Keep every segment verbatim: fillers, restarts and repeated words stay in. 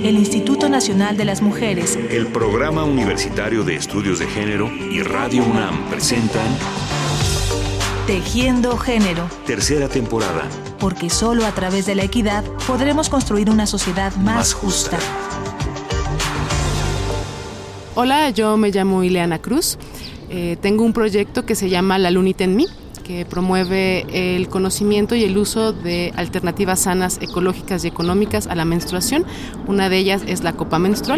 el Instituto Nacional de las Mujeres, el Programa Universitario de Estudios de Género y Radio UNAM presentan Tejiendo Género, tercera temporada. Porque solo a través de la equidad podremos construir una sociedad más, más justa. Hola, yo me llamo Ileana Cruz. Eh, tengo un proyecto que se llama La Lunita en Mí, que promueve el conocimiento y el uso de alternativas sanas, ecológicas y económicas a la menstruación. Una de ellas es la copa menstrual.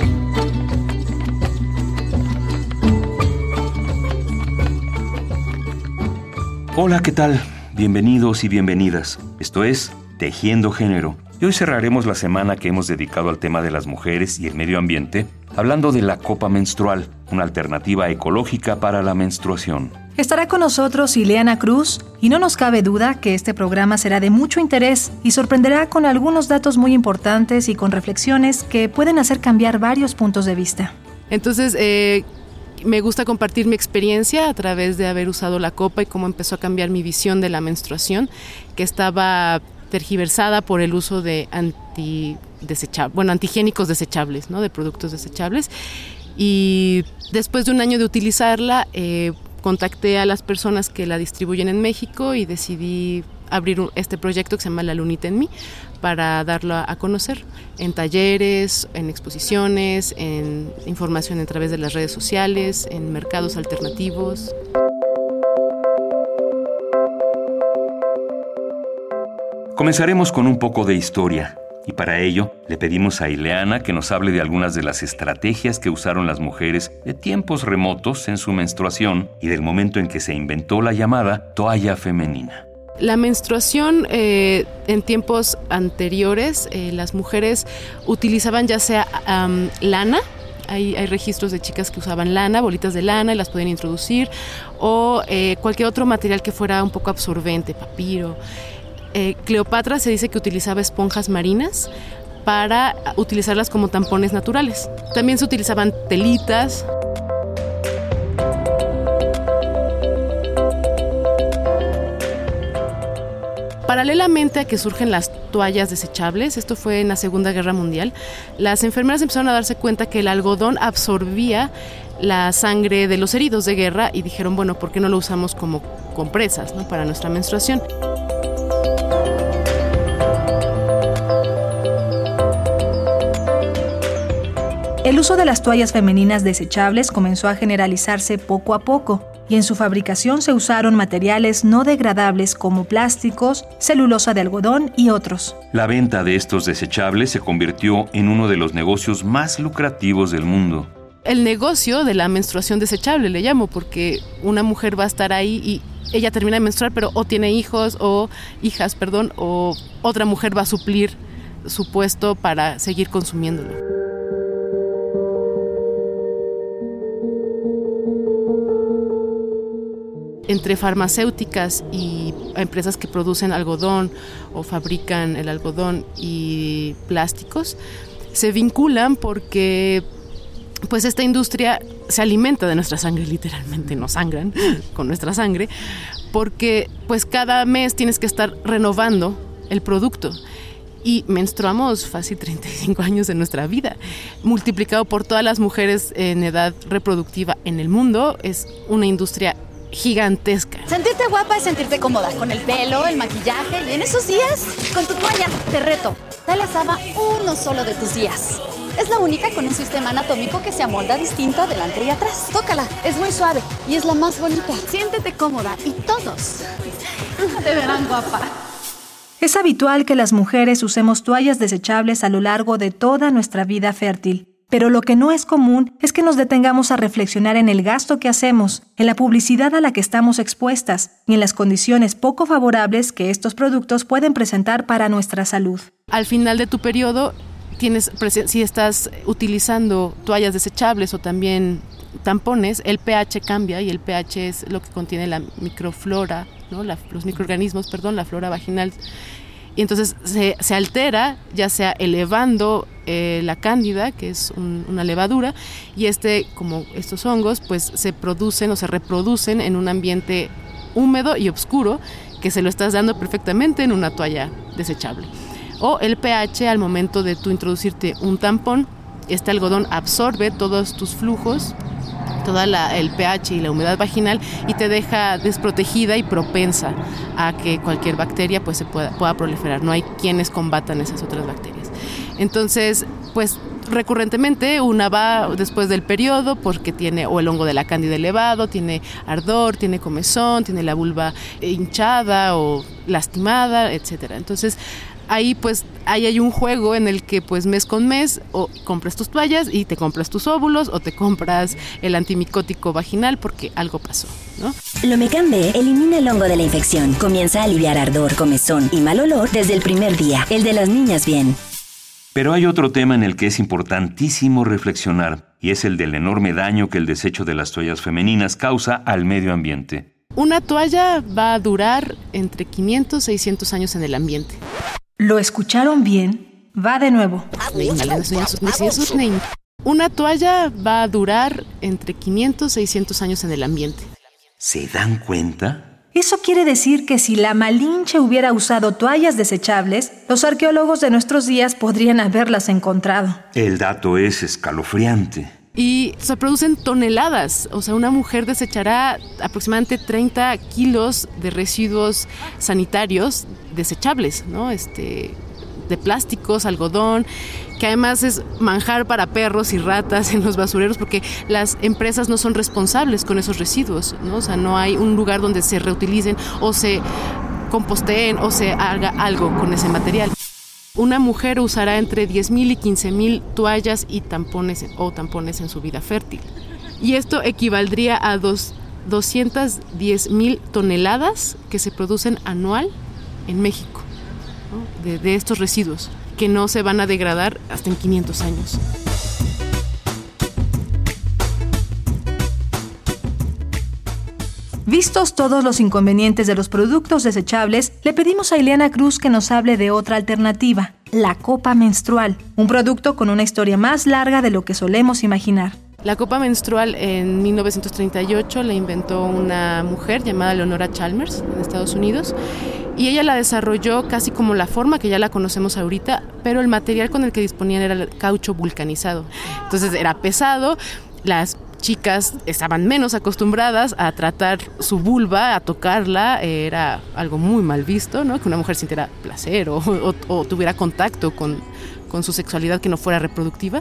Hola, ¿qué tal? Bienvenidos y bienvenidas. Esto es Tejiendo Género. Y hoy cerraremos la semana que hemos dedicado al tema de las mujeres y el medio ambiente, hablando de la copa menstrual, una alternativa ecológica para la menstruación. Estará con nosotros Ileana Cruz y no nos cabe duda que este programa será de mucho interés y sorprenderá con algunos datos muy importantes y con reflexiones que pueden hacer cambiar varios puntos de vista. Entonces, eh, me gusta compartir mi experiencia a través de haber usado la copa y cómo empezó a cambiar mi visión de la menstruación, que estaba tergiversada por el uso de anti desechables, bueno, antihigiénicos desechables, ¿no? De productos desechables. Y después de un año de utilizarla, eh, contacté a las personas que la distribuyen en México y decidí abrir un, este proyecto que se llama La Lunita en Mí para darlo a, a conocer en talleres, en exposiciones, en información a través de las redes sociales, en mercados alternativos. Comenzaremos con un poco de historia. Y para ello, le pedimos a Ileana que nos hable de algunas de las estrategias que usaron las mujeres de tiempos remotos en su menstruación y del momento en que se inventó la llamada toalla femenina. La menstruación, eh, en tiempos anteriores, eh, las mujeres utilizaban ya sea um, lana. Hay, hay registros de chicas que usaban lana, bolitas de lana y las podían introducir, o eh, cualquier otro material que fuera un poco absorbente, papiro. Eh, Cleopatra se dice que utilizaba esponjas marinas para utilizarlas como tampones naturales. También se utilizaban telitas. Paralelamente a que surgen las toallas desechables, esto fue en la Segunda Guerra Mundial, las enfermeras empezaron a darse cuenta que el algodón absorbía la sangre de los heridos de guerra y dijeron, bueno, ¿por qué no lo usamos como compresas, ¿no? Para nuestra menstruación? El uso de las toallas femeninas desechables comenzó a generalizarse poco a poco y en su fabricación se usaron materiales no degradables como plásticos, celulosa de algodón y otros. La venta de estos desechables se convirtió en uno de los negocios más lucrativos del mundo. El negocio de la menstruación desechable le llamo, porque una mujer va a estar ahí y ella termina de menstruar, pero o tiene hijos o hijas, perdón, o otra mujer va a suplir su puesto para seguir consumiéndolo. Entre farmacéuticas y empresas que producen algodón o fabrican el algodón y plásticos, se vinculan porque pues esta industria se alimenta de nuestra sangre, literalmente nos sangran con nuestra sangre, porque pues cada mes tienes que estar renovando el producto. Y menstruamos fácil treinta y cinco años de nuestra vida. Multiplicado por todas las mujeres en edad reproductiva en el mundo, es una industria gigantesca. Sentirte guapa es sentirte cómoda, con el pelo, el maquillaje y en esos días, con tu toalla. Te reto, dale a Saba uno solo de tus días. Es la única con un sistema anatómico que se amolda distinto adelante y atrás. Tócala, es muy suave y es la más bonita. Siéntete cómoda y todos te verán guapa. Es habitual que las mujeres usemos toallas desechables a lo largo de toda nuestra vida fértil. Pero lo que no es común es que nos detengamos a reflexionar en el gasto que hacemos, en la publicidad a la que estamos expuestas y en las condiciones poco favorables que estos productos pueden presentar para nuestra salud. Al final de tu periodo, tienes, si estás utilizando toallas desechables o también tampones, el pH cambia y el pH es lo que contiene la microflora, ¿no? la, los microorganismos, perdón, la flora vaginal. Y entonces se, se altera, ya sea elevando eh, la cándida, que es un, una levadura, y este, como estos hongos, pues se producen o se reproducen en un ambiente húmedo y oscuro que se lo estás dando perfectamente en una toalla desechable. O el pH al momento de tú introducirte un tampón, este algodón absorbe todos tus flujos, toda la, el pH y la humedad vaginal, y te deja desprotegida y propensa a que cualquier bacteria pues se pueda, pueda proliferar. No hay quienes combatan esas otras bacterias. Entonces, pues recurrentemente una va después del periodo porque tiene o el hongo de la cándida elevado, tiene ardor, tiene comezón, tiene la vulva hinchada o lastimada, etcétera. Entonces, ahí pues ahí hay un juego en el que pues mes con mes o compras tus toallas y te compras tus óvulos o te compras el antimicótico vaginal porque algo pasó, ¿no? Lomecam B elimina el hongo de la infección, comienza a aliviar ardor, comezón y mal olor desde el primer día. El de las niñas bien. Pero hay otro tema en el que es importantísimo reflexionar, y es el del enorme daño que el desecho de las toallas femeninas causa al medio ambiente. Una toalla va a durar entre quinientos y seiscientos años en el ambiente. ¿Lo escucharon bien? Va de nuevo. Una toalla va a durar entre quinientos y seiscientos años en el ambiente. ¿Se dan cuenta? Eso quiere decir que si la Malinche hubiera usado toallas desechables, los arqueólogos de nuestros días podrían haberlas encontrado. El dato es escalofriante. Y se producen toneladas, o sea, una mujer desechará aproximadamente treinta kilos de residuos sanitarios desechables, ¿no? Este, de plásticos, algodón, que además es manjar para perros y ratas en los basureros porque las empresas no son responsables con esos residuos, ¿no? O sea, no hay un lugar donde se reutilicen o se composteen o se haga algo con ese material. Una mujer usará entre diez mil y quince mil toallas y tampones o tampones en su vida fértil. Y esto equivaldría a dos, doscientas diez mil toneladas que se producen anual en México, ¿no? de, de estos residuos que no se van a degradar hasta en quinientos años. Vistos todos los inconvenientes de los productos desechables, le pedimos a Ileana Cruz que nos hable de otra alternativa, la copa menstrual, un producto con una historia más larga de lo que solemos imaginar. La copa menstrual en mil novecientos treinta y ocho la inventó una mujer llamada Leonora Chalmers en Estados Unidos y ella la desarrolló casi como la forma que ya la conocemos ahorita, pero el material con el que disponían era el caucho vulcanizado. Entonces era pesado, las chicas estaban menos acostumbradas a tratar su vulva, a tocarla, era algo muy mal visto, ¿no? Que una mujer sintiera placer o, o, o tuviera contacto con, con su sexualidad que no fuera reproductiva.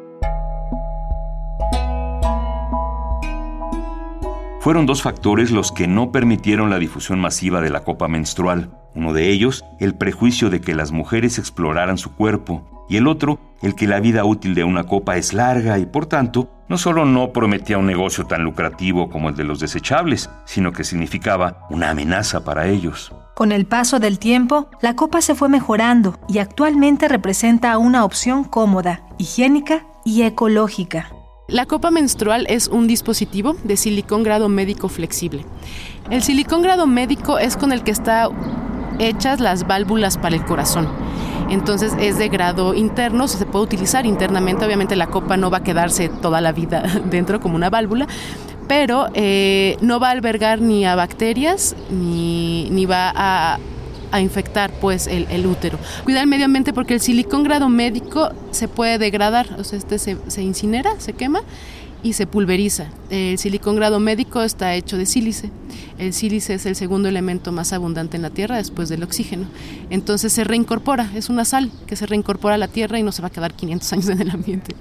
Fueron dos factores los que no permitieron la difusión masiva de la copa menstrual. Uno de ellos, el prejuicio de que las mujeres exploraran su cuerpo, y el otro, el que la vida útil de una copa es larga y, por tanto, no solo no prometía un negocio tan lucrativo como el de los desechables, sino que significaba una amenaza para ellos. Con el paso del tiempo, la copa se fue mejorando y actualmente representa una opción cómoda, higiénica y ecológica. La copa menstrual es un dispositivo de silicón grado médico flexible. El silicón grado médico es con el que están hechas las válvulas para el corazón. Entonces es de grado interno, se puede utilizar internamente. Obviamente la copa no va a quedarse toda la vida dentro como una válvula, pero eh, no va a albergar ni a bacterias ni, ni va a, a infectar pues el, el útero. Cuida el medio ambiente porque el silicón grado médico se puede degradar, o sea, este se, se incinera, se quema y se pulveriza. El silicón grado médico está hecho de sílice. El sílice es el segundo elemento más abundante en la Tierra después del oxígeno. Entonces se reincorpora, es una sal que se reincorpora a la Tierra y no se va a quedar quinientos años en el ambiente.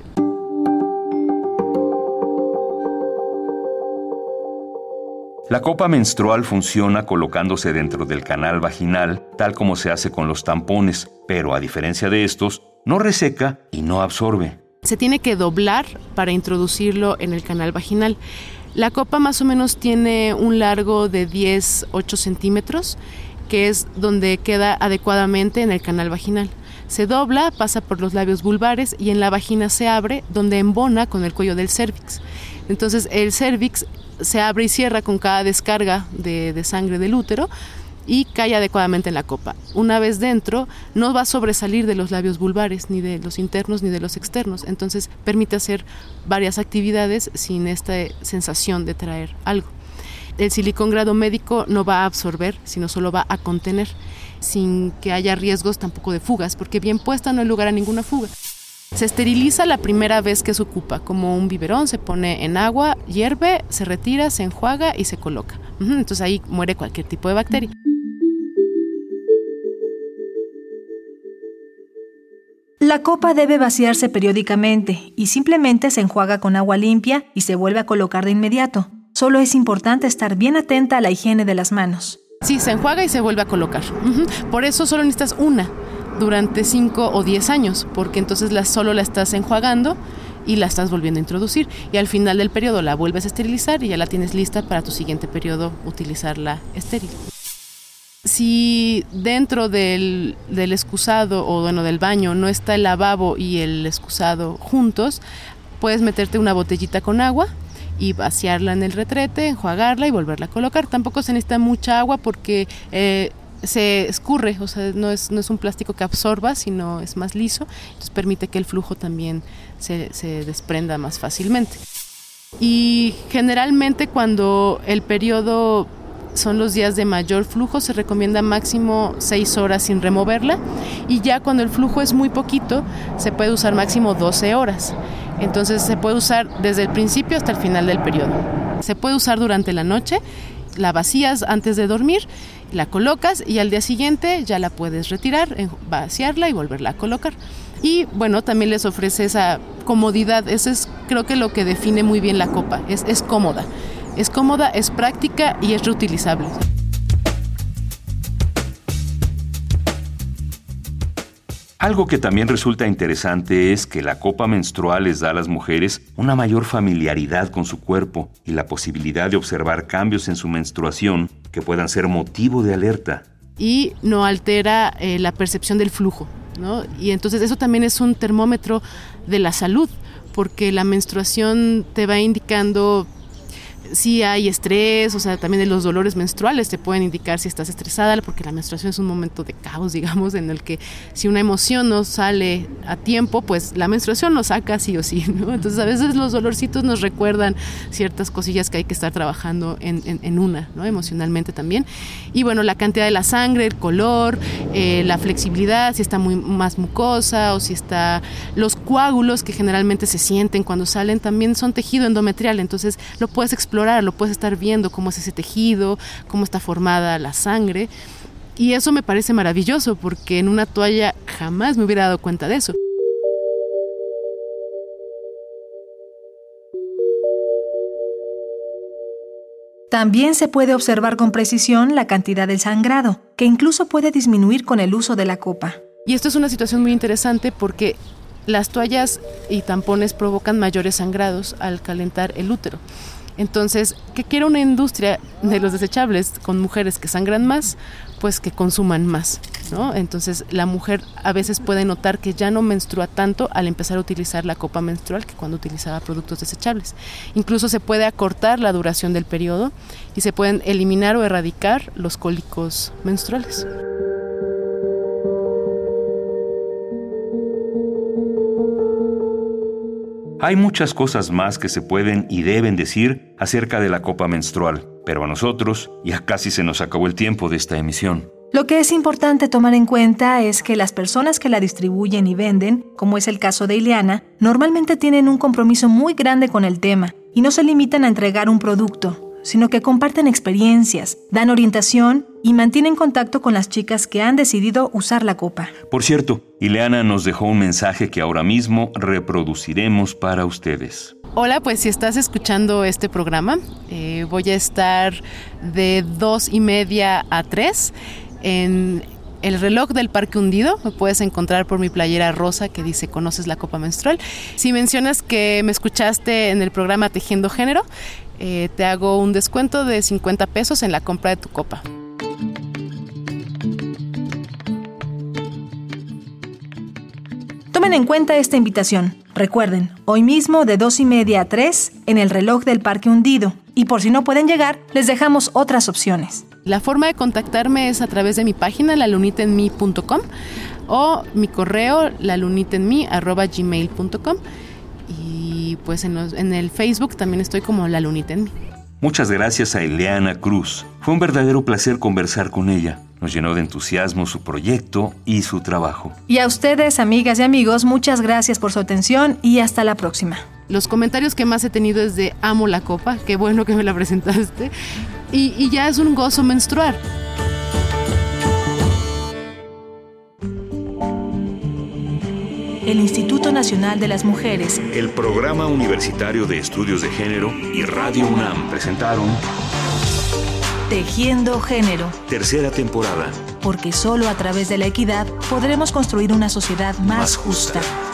La copa menstrual funciona colocándose dentro del canal vaginal, tal como se hace con los tampones, pero a diferencia de estos, no reseca y no absorbe. Se tiene que doblar para introducirlo en el canal vaginal. La copa más o menos tiene un largo de diez a ocho centímetros, que es donde queda adecuadamente en el canal vaginal. Se dobla, pasa por los labios vulvares y en la vagina se abre, donde embona con el cuello del cérvix. Entonces el cérvix se abre y cierra con cada descarga de, de sangre del útero y cae adecuadamente en la copa. Una vez dentro, no va a sobresalir de los labios vulvares, ni de los internos ni de los externos. Entonces permite hacer varias actividades sin esta sensación de traer algo. El silicón grado médico no va a absorber, sino solo va a contener. sin que haya riesgos tampoco de fugas, porque bien puesta no hay lugar a ninguna fuga. Se esteriliza la primera vez que se ocupa, como un biberón, se pone en agua, hierve, se retira, se enjuaga y se coloca. Entonces ahí muere cualquier tipo de bacteria. La copa debe vaciarse periódicamente y simplemente se enjuaga con agua limpia y se vuelve a colocar de inmediato. Solo es importante estar bien atenta a la higiene de las manos. Sí, se enjuaga y se vuelve a colocar. Por eso solo necesitas una durante cinco o diez años, porque entonces la, solo la estás enjuagando y la estás volviendo a introducir. Y al final del periodo la vuelves a esterilizar y ya la tienes lista para tu siguiente periodo utilizarla estéril. Si dentro del, del excusado o bueno, del baño no está el lavabo y el excusado juntos, puedes meterte una botellita con agua y vaciarla en el retrete, enjuagarla y volverla a colocar. Tampoco se necesita mucha agua porque eh, se escurre, o sea, no es, no es un plástico que absorba, sino es más liso, entonces permite que el flujo también se, se desprenda más fácilmente. Y generalmente cuando el periodo son los días de mayor flujo, se recomienda máximo seis horas sin removerla, y ya cuando el flujo es muy poquito, se puede usar máximo doce horas. Entonces se puede usar desde el principio hasta el final del periodo. Se puede usar durante la noche, la vacías antes de dormir, la colocas y al día siguiente ya la puedes retirar, vaciarla y volverla a colocar. Y bueno, también les ofrece esa comodidad. Eso es, creo que lo que define muy bien la copa, es, es cómoda. Es cómoda, es práctica y es reutilizable. Algo que también resulta interesante es que la copa menstrual les da a las mujeres una mayor familiaridad con su cuerpo y la posibilidad de observar cambios en su menstruación que puedan ser motivo de alerta. Y no altera eh, la percepción del flujo, ¿no? Y entonces eso también es un termómetro de la salud, porque la menstruación te va indicando si hay estrés, o sea, también de los dolores menstruales te pueden indicar si estás estresada, porque la menstruación es un momento de caos, digamos, en el que si una emoción no sale a tiempo, pues la menstruación lo saca sí o sí, ¿no? Entonces a veces los dolorcitos nos recuerdan ciertas cosillas que hay que estar trabajando en, en, en una, ¿no? Emocionalmente también. Y bueno, la cantidad de la sangre, el color, eh, la flexibilidad, si está muy más mucosa o si está... Los coágulos que generalmente se sienten cuando salen también son tejido endometrial, entonces lo puedes explorar, lo puedes estar viendo cómo es ese tejido, cómo está formada la sangre, y eso me parece maravilloso porque en una toalla jamás me hubiera dado cuenta de eso. También se puede observar con precisión la cantidad del sangrado, que incluso puede disminuir con el uso de la copa. Y esto es una situación muy interesante porque las toallas y tampones provocan mayores sangrados al calentar el útero. Entonces, ¿qué quiere una industria de los desechables con mujeres que sangran más? Pues que consuman más, ¿no? Entonces, la mujer a veces puede notar que ya no menstrua tanto al empezar a utilizar la copa menstrual que cuando utilizaba productos desechables. Incluso se puede acortar la duración del periodo y se pueden eliminar o erradicar los cólicos menstruales. Hay muchas cosas más que se pueden y deben decir acerca de la copa menstrual, pero a nosotros ya casi se nos acabó el tiempo de esta emisión. Lo que es importante tomar en cuenta es que las personas que la distribuyen y venden, como es el caso de Ileana, normalmente tienen un compromiso muy grande con el tema y no se limitan a entregar un producto, sino que comparten experiencias, dan orientación y mantienen contacto con las chicas que han decidido usar la copa. Por cierto, Ileana nos dejó un mensaje que ahora mismo reproduciremos para ustedes. Hola, pues si estás escuchando este programa, eh, voy a estar de dos y media a tres en el reloj del Parque Hundido. Me puedes encontrar por mi playera rosa que dice ¿Conoces la copa menstrual? Si mencionas que me escuchaste en el programa Tejiendo Género, eh, te hago un descuento de cincuenta pesos en la compra de tu copa. Tomen en cuenta esta invitación. Recuerden, hoy mismo de dos y media a tres en el reloj del Parque Hundido. Y por si no pueden llegar, les dejamos otras opciones. La forma de contactarme es a través de mi página la lunita en mí punto com o mi correo la lunita en mí arroba gmail punto com, y pues en, los, en el Facebook también estoy como La Lunita en Mí. Muchas gracias a Ileana Cruz. Fue un verdadero placer conversar con ella. Nos llenó de entusiasmo su proyecto y su trabajo. Y a ustedes, amigas y amigos, muchas gracias por su atención y hasta la próxima. Los comentarios que más he tenido es de amo la copa, qué bueno que me la presentaste. Y, y ya es un gozo menstruar. El Instituto Nacional de las Mujeres, el Programa Universitario de Estudios de Género y Radio UNAM presentaron Tejiendo Género, tercera temporada. porque solo a través de la equidad podremos construir una sociedad más, más justa. justa.